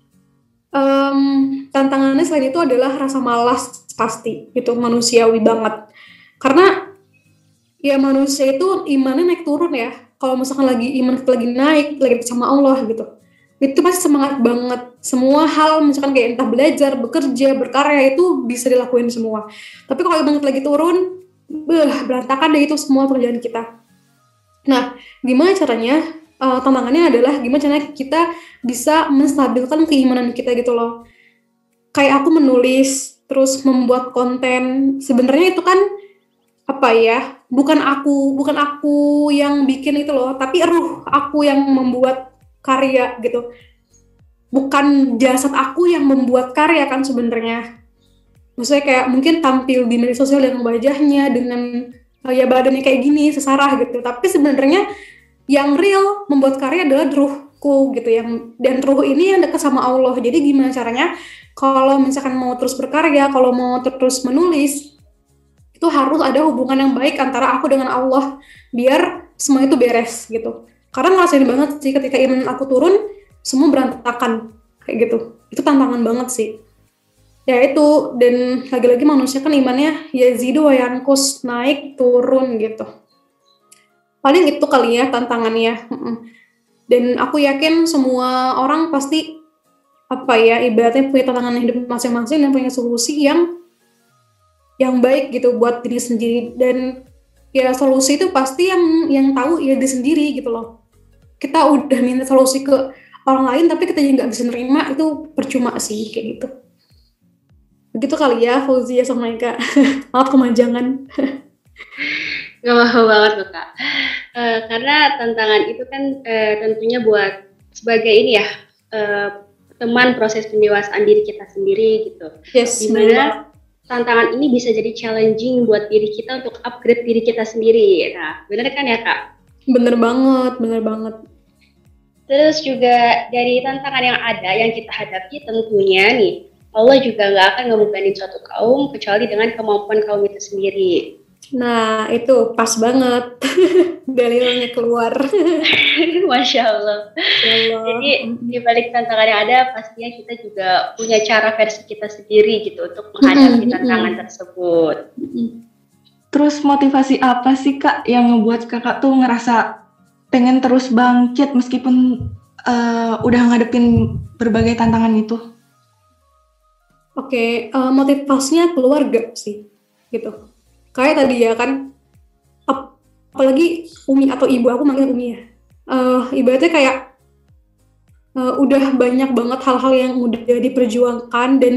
D: tantangannya selain itu adalah rasa malas pasti, itu manusiawi banget. Karena ya manusia itu imannya naik turun ya. Kalau misalkan lagi iman kita lagi naik, lagi sama Allah gitu, itu pasti semangat banget. Semua hal misalkan kayak entah belajar, bekerja, berkarya itu bisa dilakuin semua. Tapi kalau iman kita lagi turun, berantakan deh itu semua pekerjaan kita. Nah, gimana caranya? Tantangannya adalah gimana caranya kita bisa menstabilkan keimanan kita gitu loh. Kayak aku menulis, terus membuat konten, sebenarnya itu kan apa ya, bukan aku yang bikin itu loh, tapi ruh aku yang membuat karya gitu, bukan jasad aku yang membuat karya kan sebenarnya. Maksudnya kayak mungkin tampil di media sosial dengan wajahnya, dengan ya badannya kayak gini sesarah gitu, tapi sebenarnya yang real membuat karya adalah ruhku gitu, dan ruh ini yang dekat sama Allah. Jadi gimana caranya kalau misalkan mau terus berkarya, kalau mau terus menulis, itu harus ada hubungan yang baik antara aku dengan Allah biar semua itu beres gitu. Karena ngerasain banget sih ketika iman aku turun, semua berantakan kayak gitu. Itu tantangan banget sih. Ya itu, dan lagi-lagi manusia kan imannya yazidu wa yanqus, naik turun gitu. Paling itu kali ya tantangannya. Dan aku yakin semua orang pasti ibaratnya punya tantangan hidup masing-masing dan punya solusi yang baik gitu buat diri sendiri. Dan ya solusi itu pasti yang tahu ya diri sendiri gitu loh. Kita udah minta solusi ke orang lain tapi kita juga nggak bisa nerima, itu percuma sih kayak gitu. Begitu kali ya Fauzia sama Eka. Maaf kemanjangan.
C: Gak apa-apa banget loh Kak. Karena tantangan itu kan tentunya buat sebagai ini ya, teman proses pendewasaan diri kita sendiri gitu.
D: Yes,
C: dimana tantangan ini bisa jadi challenging buat diri kita untuk upgrade diri kita sendiri. Nah, bener kan ya Kak?
D: Bener banget.
C: Terus juga dari tantangan yang ada yang kita hadapi tentunya nih, Allah juga nggak akan ngebebanin suatu kaum kecuali dengan kemampuan kaum itu sendiri.
D: Nah, itu pas banget. Dalilnya keluar.
C: Masya Allah. Jadi di balik tantangan yang ada, pastinya kita juga punya cara versi kita sendiri gitu untuk menghadapi tantangan tersebut.
B: Terus motivasi apa sih Kak yang ngebuat Kakak tuh ngerasa pengen terus bangkit meskipun udah ngadepin berbagai tantangan itu?
D: Oke, motivasinya keluarga sih, gitu. Kayak tadi ya kan, apalagi Umi atau ibu, aku manggil Umi ya. Ibaratnya kayak udah banyak banget hal-hal yang udah diperjuangkan dan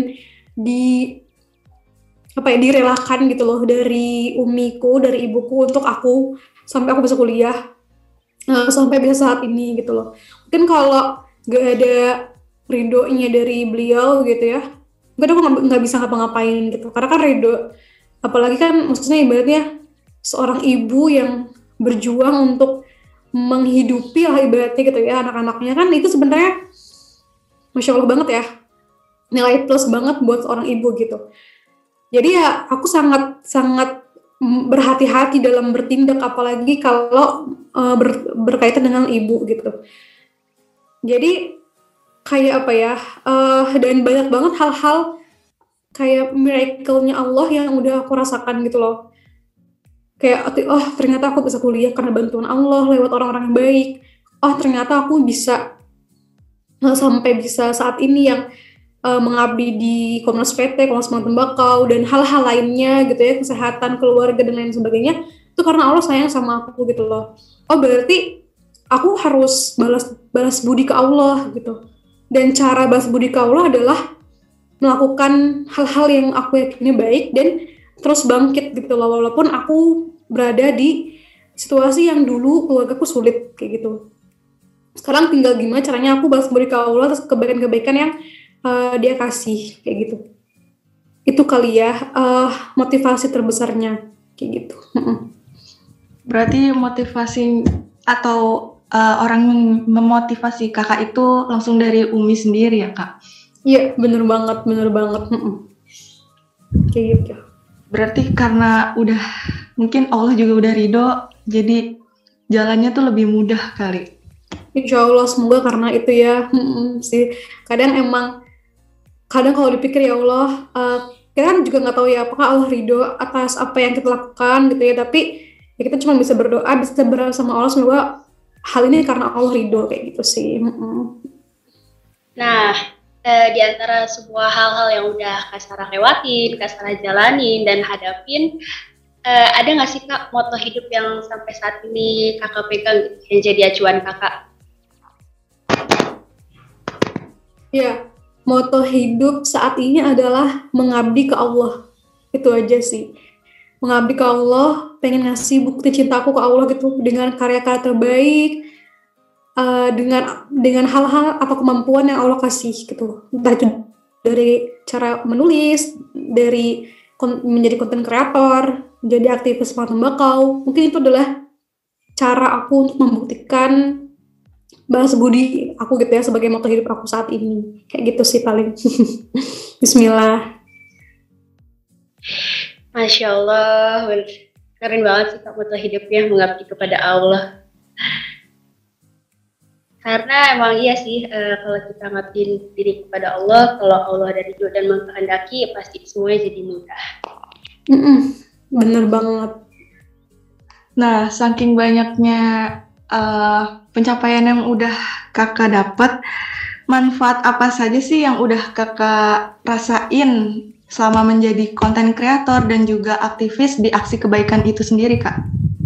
D: direlakan gitu loh dari umiku, dari ibuku untuk aku sampai aku bisa kuliah, sampai bisa saat ini gitu loh. Mungkin kalau gak ada ridhonya dari beliau gitu ya, mungkin aku nggak bisa ngapa-ngapain gitu. Karena kan ridho, apalagi kan maksudnya ibaratnya seorang ibu yang berjuang untuk menghidupi lah ibaratnya gitu ya anak-anaknya, kan itu sebenarnya Masya Allah banget ya, nilai plus banget buat seorang ibu gitu. Jadi ya aku sangat berhati-hati dalam bertindak, apalagi kalau berkaitan dengan ibu gitu. Jadi kayak dan banyak banget hal-hal kayak miracle-nya Allah yang udah aku rasakan gitu loh. Kayak ternyata aku bisa kuliah karena bantuan Allah lewat orang-orang yang baik. Ternyata aku bisa sampai bisa saat ini yang mengabdi di Komnas PT, Komnas Pengen Tembakau, dan hal-hal lainnya gitu ya, kesehatan, keluarga, dan lain sebagainya, itu karena Allah sayang sama aku gitu loh. Berarti aku harus balas budi ke Allah gitu. Dan cara balas budi ke Allah adalah melakukan hal-hal yang aku yakini baik dan terus bangkit gitu loh, walaupun aku berada di situasi yang dulu keluargaku sulit kayak gitu. Sekarang tinggal gimana caranya aku balas budi ke Allah atas kebaikan-kebaikan yang dia kasih kayak gitu. Itu kali ya motivasi terbesarnya kayak gitu.
B: Berarti motivasi atau orang yang memotivasi Kakak itu langsung dari Umi sendiri ya Kak?
D: Iya, bener banget. Kayak gitu.
B: Berarti karena udah mungkin Allah juga udah ridho, jadi jalannya tuh lebih mudah kali.
D: Insya Allah, semoga karena itu ya. Sih, kadang kalau dipikir ya Allah, kita kan juga nggak tahu ya apakah Allah ridho atas apa yang kita lakukan gitu ya. Tapi ya kita cuma bisa berdoa, bisa berdoa sama Allah semoga hal ini karena Allah ridho kayak gitu sih.
C: Nah, di antara semua hal-hal yang udah Kak Sarah lewatin, Kak Sarah jalanin dan hadapin, ada nggak sih Kak moto hidup yang sampai saat ini Kakak pegang yang jadi acuan Kakak?
D: Ya, moto hidup saat ini adalah mengabdi ke Allah. Itu aja sih. Mengabdi ke Allah, pengen ngasih bukti cintaku ke Allah gitu dengan karya-karya terbaik, dengan hal-hal atau kemampuan yang Allah kasih gitu. Entah itu dari cara menulis, dari menjadi konten kreator, menjadi aktivis tembakau. Mungkin itu adalah cara aku untuk membuktikan balas budi aku gitu ya sebagai moto hidup aku saat ini. Kayak gitu sih paling. Bismillah.
C: Masya Allah, keren banget sih Kak moto hidupnya mengabdi kepada Allah. Karena emang iya sih, kalau kita ngabdiin diri kepada Allah, kalau Allah ada ridho dan mengkehendaki, pasti semuanya jadi mudah.
D: Bener banget.
B: Nah, saking banyaknya pencapaian yang udah kakak dapat, manfaat apa saja sih yang udah kakak rasain selama menjadi konten kreator dan juga aktivis di aksi kebaikan itu sendiri, Kak?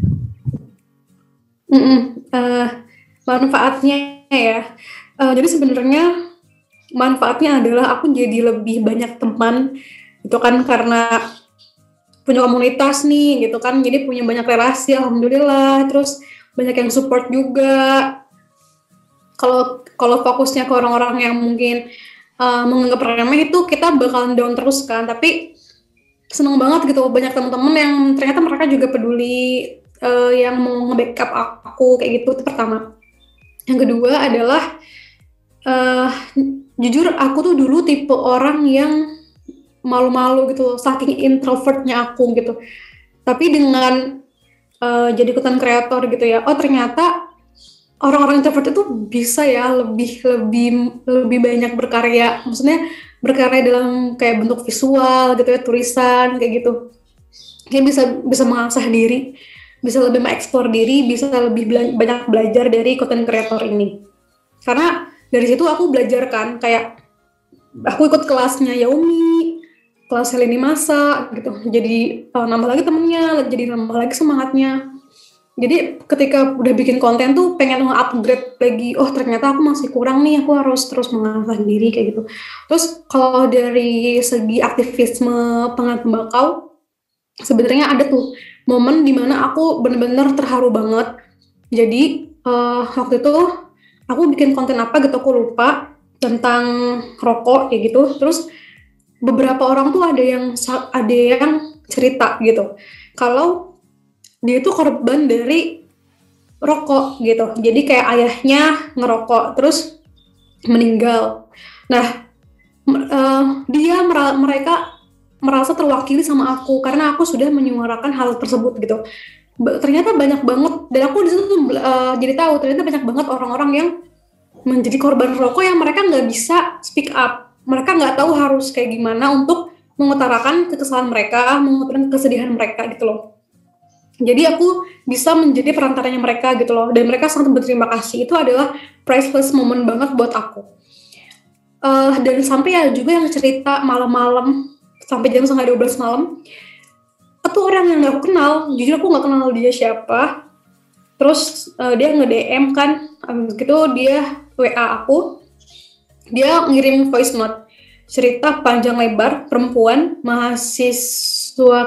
D: Manfaatnya ya, jadi sebenarnya manfaatnya adalah aku jadi lebih banyak teman, itu kan karena punya komunitas nih gitu kan, jadi punya banyak relasi alhamdulillah, terus banyak yang support juga. Kalau fokusnya ke orang-orang yang mungkin menganggap remeh itu kita bakalan down terus kan, tapi seneng banget gitu banyak teman-teman yang ternyata mereka juga peduli, yang mau nge-backup aku kayak gitu. Itu pertama. Yang kedua adalah jujur aku tuh dulu tipe orang yang malu-malu gitu, saking introvertnya aku gitu. Tapi dengan jadi konten kreator gitu ya, oh ternyata orang-orang introvert itu bisa ya lebih banyak berkarya, maksudnya berkarya dalam kayak bentuk visual gitu ya, tulisan kayak gitu. Kayak bisa mengasah diri, bisa lebih mengeksplor diri, bisa lebih banyak belajar dari konten kreator ini. Karena dari situ aku belajar kan, kayak aku ikut kelasnya Yaumi, kelas lini masa gitu, jadi nambah lagi temennya, jadi nambah lagi semangatnya. Jadi ketika udah bikin konten tuh pengen nge-upgrade lagi, oh ternyata aku masih kurang nih, aku harus terus mengasah diri kayak gitu. Terus kalau dari segi aktivisme pengen tembakau, sebenarnya ada tuh momen dimana aku bener-bener terharu banget. Jadi waktu itu aku bikin konten apa gitu, aku lupa, tentang rokok kayak gitu. Terus beberapa orang tuh ada yang cerita gitu kalau dia tuh korban dari rokok gitu. Jadi kayak ayahnya ngerokok terus meninggal. Nah, mereka merasa terwakili sama aku karena aku sudah menyuarakan hal tersebut gitu. Ternyata banyak banget, dan aku di situ jadi tahu ternyata banyak banget orang-orang yang menjadi korban rokok yang mereka nggak bisa speak up. Mereka nggak tahu harus kayak gimana untuk mengutarakan kekesalan mereka, mengutarakan kesedihan mereka gitu loh. Jadi aku bisa menjadi perantaranya mereka gitu loh, dan mereka sangat berterima kasih. Itu adalah priceless moment banget buat aku. Dan sampai ada juga yang cerita malam-malam sampai jam 11:30 malam, itu orang yang gak aku kenal, jujur aku gak kenal dia siapa. Terus dia nge-DM kan, gitu dia WA aku, dia ngirim voice note, cerita panjang lebar, perempuan, mahasiswa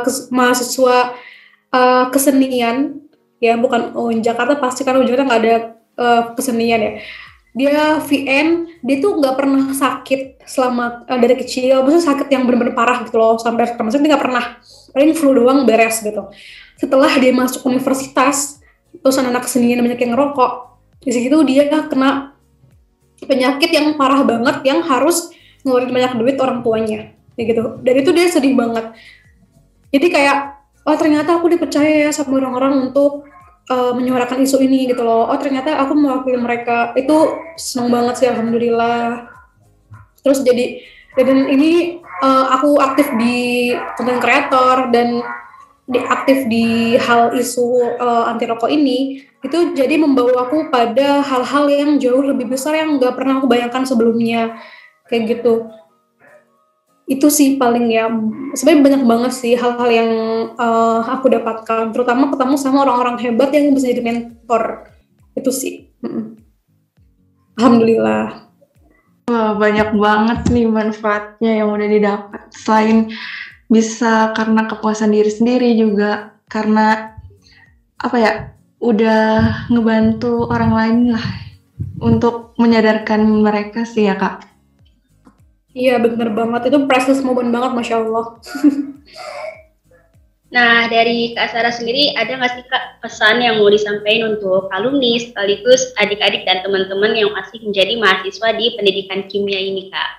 D: kesenian, ya bukan Jakarta, pasti kan Jakarta nggak ada kesenian ya. Dia VN, dia tuh nggak pernah sakit selama dari kecil, maksudnya sakit yang benar-benar parah gitu loh, sampai sekarang maksudnya dia nggak pernah, paling flu doang beres gitu. Setelah dia masuk universitas, terus anak kesenian banyak yang ngerokok, di situ dia kena penyakit yang parah banget, yang harus ngeluarin banyak duit orang tuanya, gitu. Dan itu dia sedih banget. Jadi kayak, oh ternyata aku dipercaya ya sama orang-orang untuk menyuarakan isu ini gitu loh. Oh ternyata aku mewakili mereka. Itu seneng banget sih, alhamdulillah. Terus dan ini aku aktif di konten kreator dan aktif di hal isu anti rokok ini, itu jadi membawa aku pada hal-hal yang jauh lebih besar yang nggak pernah aku bayangkan sebelumnya, kayak gitu. Itu sih paling ya, sebenarnya banyak banget sih hal-hal yang aku dapatkan, terutama ketemu sama orang-orang hebat yang bisa jadi mentor. Itu sih. Alhamdulillah.
B: Wah, banyak banget nih manfaatnya yang udah didapat. Selain bisa karena kepuasan diri sendiri, juga karena apa ya, udah ngebantu orang lain lah untuk menyadarkan mereka sih ya Kak.
D: Iya bener banget, itu priceless moment banget, Masya Allah.
C: Nah, dari Kak Sarah sendiri, ada nggak sih Kak pesan yang mau disampaikan untuk alumni sekaligus adik-adik dan teman-teman yang masih menjadi mahasiswa di pendidikan kimia ini, Kak?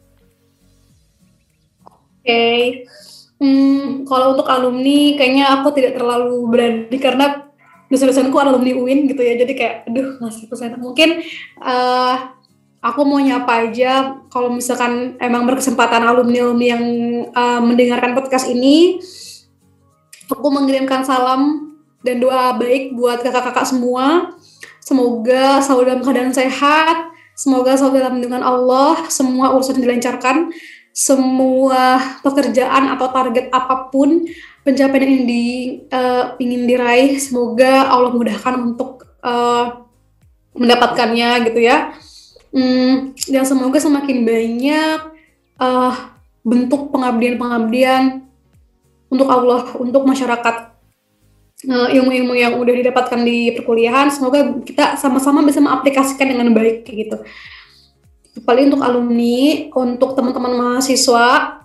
D: Oke. Kalau untuk alumni, kayaknya aku tidak terlalu berani karena dosen-dosenku alumni UIN gitu ya. Jadi kayak, aduh, ngasih pesan. Mungkin aku mau nyapa aja kalau misalkan emang berkesempatan alumni-alumni yang mendengarkan podcast ini, aku mengirimkan salam dan doa baik buat kakak-kakak semua. Semoga selalu dalam keadaan sehat, semoga selalu dalam lindungan Allah, semua urusan dilancarkan, semua pekerjaan atau target apapun, pencapaian yang ingin diraih, semoga Allah mudahkan untuk mendapatkannya gitu ya. Dan semoga semakin banyak bentuk pengabdian-pengabdian untuk Allah, untuk masyarakat, ilmu-ilmu yang udah didapatkan di perkuliahan, semoga kita sama-sama bisa mengaplikasikan dengan baik kayak gitu. Paling untuk alumni, untuk teman-teman mahasiswa,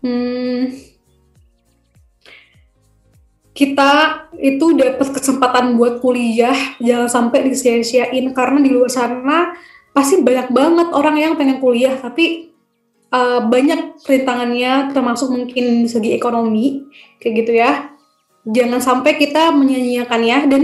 D: kita itu dapat kesempatan buat kuliah, jangan sampai disia-siain, karena di luar sana pasti banyak banget orang yang pengen kuliah, tapi banyak rintangannya, termasuk mungkin segi ekonomi, kayak gitu ya. Jangan sampai kita menyia-nyiakannya dan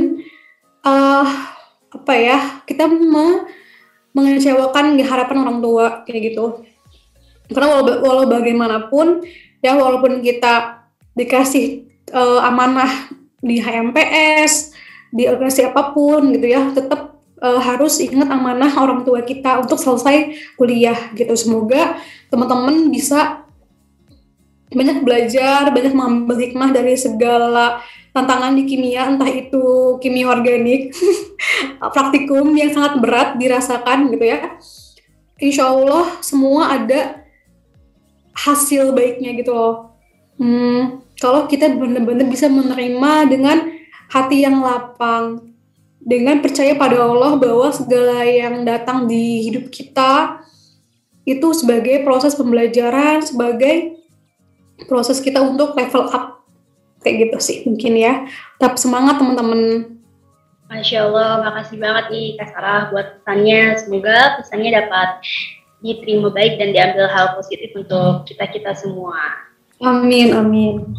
D: kita mengecewakan harapan orang tua kayak gitu. Karena walau bagaimanapun ya, walaupun kita dikasih amanah di HMPS, di organisasi apapun gitu ya, tetap harus ingat amanah orang tua kita untuk selesai kuliah gitu. Semoga teman-teman bisa banyak belajar, banyak mengambil hikmah dari segala tantangan di kimia, entah itu kimia organik, praktikum yang sangat berat dirasakan gitu ya. Insya Allah semua ada hasil baiknya gitu loh. Kalau kita benar-benar bisa menerima dengan hati yang lapang, dengan percaya pada Allah bahwa segala yang datang di hidup kita itu sebagai proses pembelajaran, sebagai proses kita untuk level up, kayak gitu sih mungkin ya. Tetap semangat teman-teman.
C: Masya Allah, makasih banget nih Kak Sarah buat pesannya. Semoga pesannya dapat diterima baik dan diambil hal positif untuk kita-kita semua.
D: Amin, amin.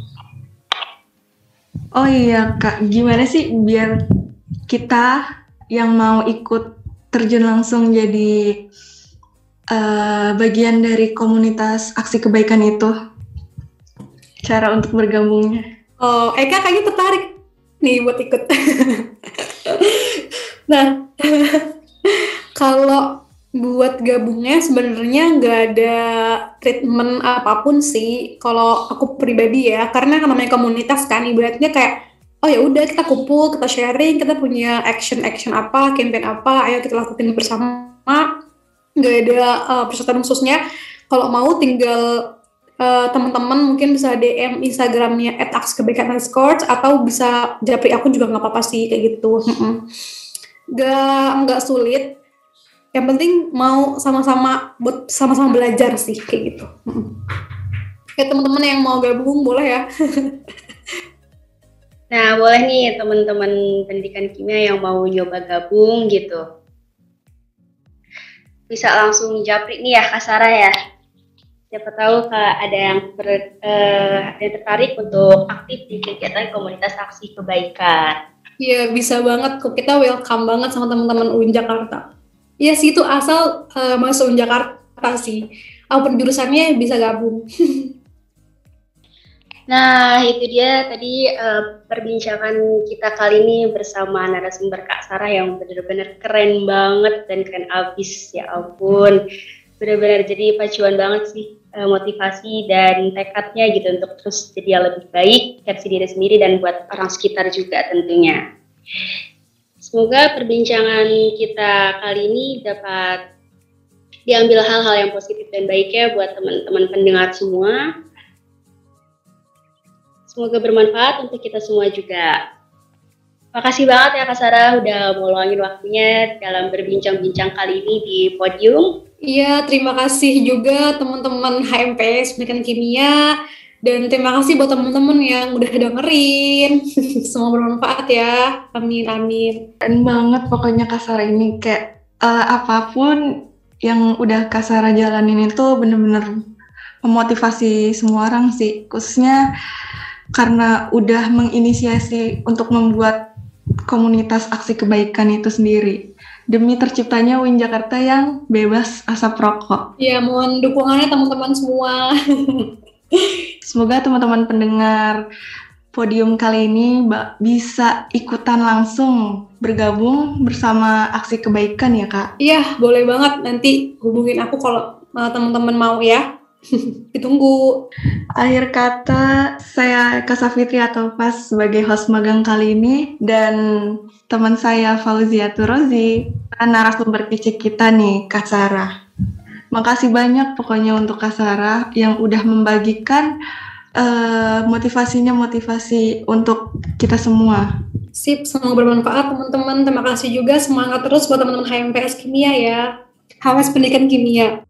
B: Oh iya Kak, gimana sih biar kita yang mau ikut terjun langsung jadi bagian dari komunitas aksi kebaikan itu? Cara untuk bergabungnya?
D: Oh, Eka kayaknya tertarik nih buat ikut. Nah, kalau buat gabungnya sebenarnya nggak ada treatment apapun sih. Kalau aku pribadi ya, karena namanya komunitas kan, ibaratnya kayak oh ya udah kita kumpul, kita sharing, kita punya action apa, campaign apa, ayo kita lakukan bersama. Nggak ada persyaratan khususnya. Kalau mau tinggal teman-teman mungkin bisa DM Instagramnya @akskebaikan_, atau bisa japri aku juga nggak apa-apa sih kayak gitu. Nggak sulit. Yang penting mau sama-sama belajar sih kayak gitu. Kayak teman-teman yang mau gabung boleh ya.
C: Nah, boleh nih teman-teman pendidikan kimia yang mau nyoba gabung gitu. Bisa langsung japri nih ya Kak Sarah ya. Siapa tahu Kak ada yang tertarik untuk aktif di kegiatan komunitas aksi kebaikan.
D: Iya, bisa banget kok. Kita welcome banget sama teman-teman UIN Jakarta. Iya sih, itu asal masuk UIN Jakarta sih. Apapun jurusannya bisa gabung.
C: Nah, itu dia tadi perbincangan kita kali ini bersama narasumber Kak Sarah yang benar-benar keren banget dan keren abis, ya ampun. Benar-benar jadi pacuan banget sih motivasi dan tekadnya gitu untuk terus jadi yang lebih baik versi diri sendiri dan buat orang sekitar juga tentunya. Semoga perbincangan kita kali ini dapat diambil hal-hal yang positif dan baiknya buat teman-teman pendengar semua. Semoga bermanfaat untuk kita semua juga. Makasih banget ya Kak Sarah udah mau luangin waktunya dalam berbincang-bincang kali ini di podium.
D: Iya, terima kasih juga teman-teman HMPS Pendidikan Kimia Dan terima kasih buat teman-teman yang udah dengerin. Semoga bermanfaat ya. Amin, amin.
B: Keren banget pokoknya Kak Sarah ini, kayak apapun yang udah Kak Sarah jalanin itu bener-bener memotivasi semua orang sih, khususnya karena udah menginisiasi untuk membuat komunitas aksi kebaikan itu sendiri demi terciptanya UIN Jakarta yang bebas asap rokok.
D: Ya, mohon dukungannya teman-teman semua.
B: Semoga teman-teman pendengar podium kali ini bisa ikutan langsung bergabung bersama aksi kebaikan ya Kak.
D: Iya, boleh banget. Nanti hubungin aku kalau teman-teman mau ya. Ditunggu.
B: Akhir kata, saya Kak Safitri atau Pas sebagai host magang kali ini, dan teman saya Fauzia Turozi, narasumber kece kita nih Kak Sarah. Makasih banyak pokoknya untuk Kak Sarah yang udah membagikan motivasi untuk kita semua.
D: Sip, semoga bermanfaat teman-teman. Terima kasih juga, semangat terus buat teman-teman HMPS Kimia ya. HMS Pendidikan Kimia.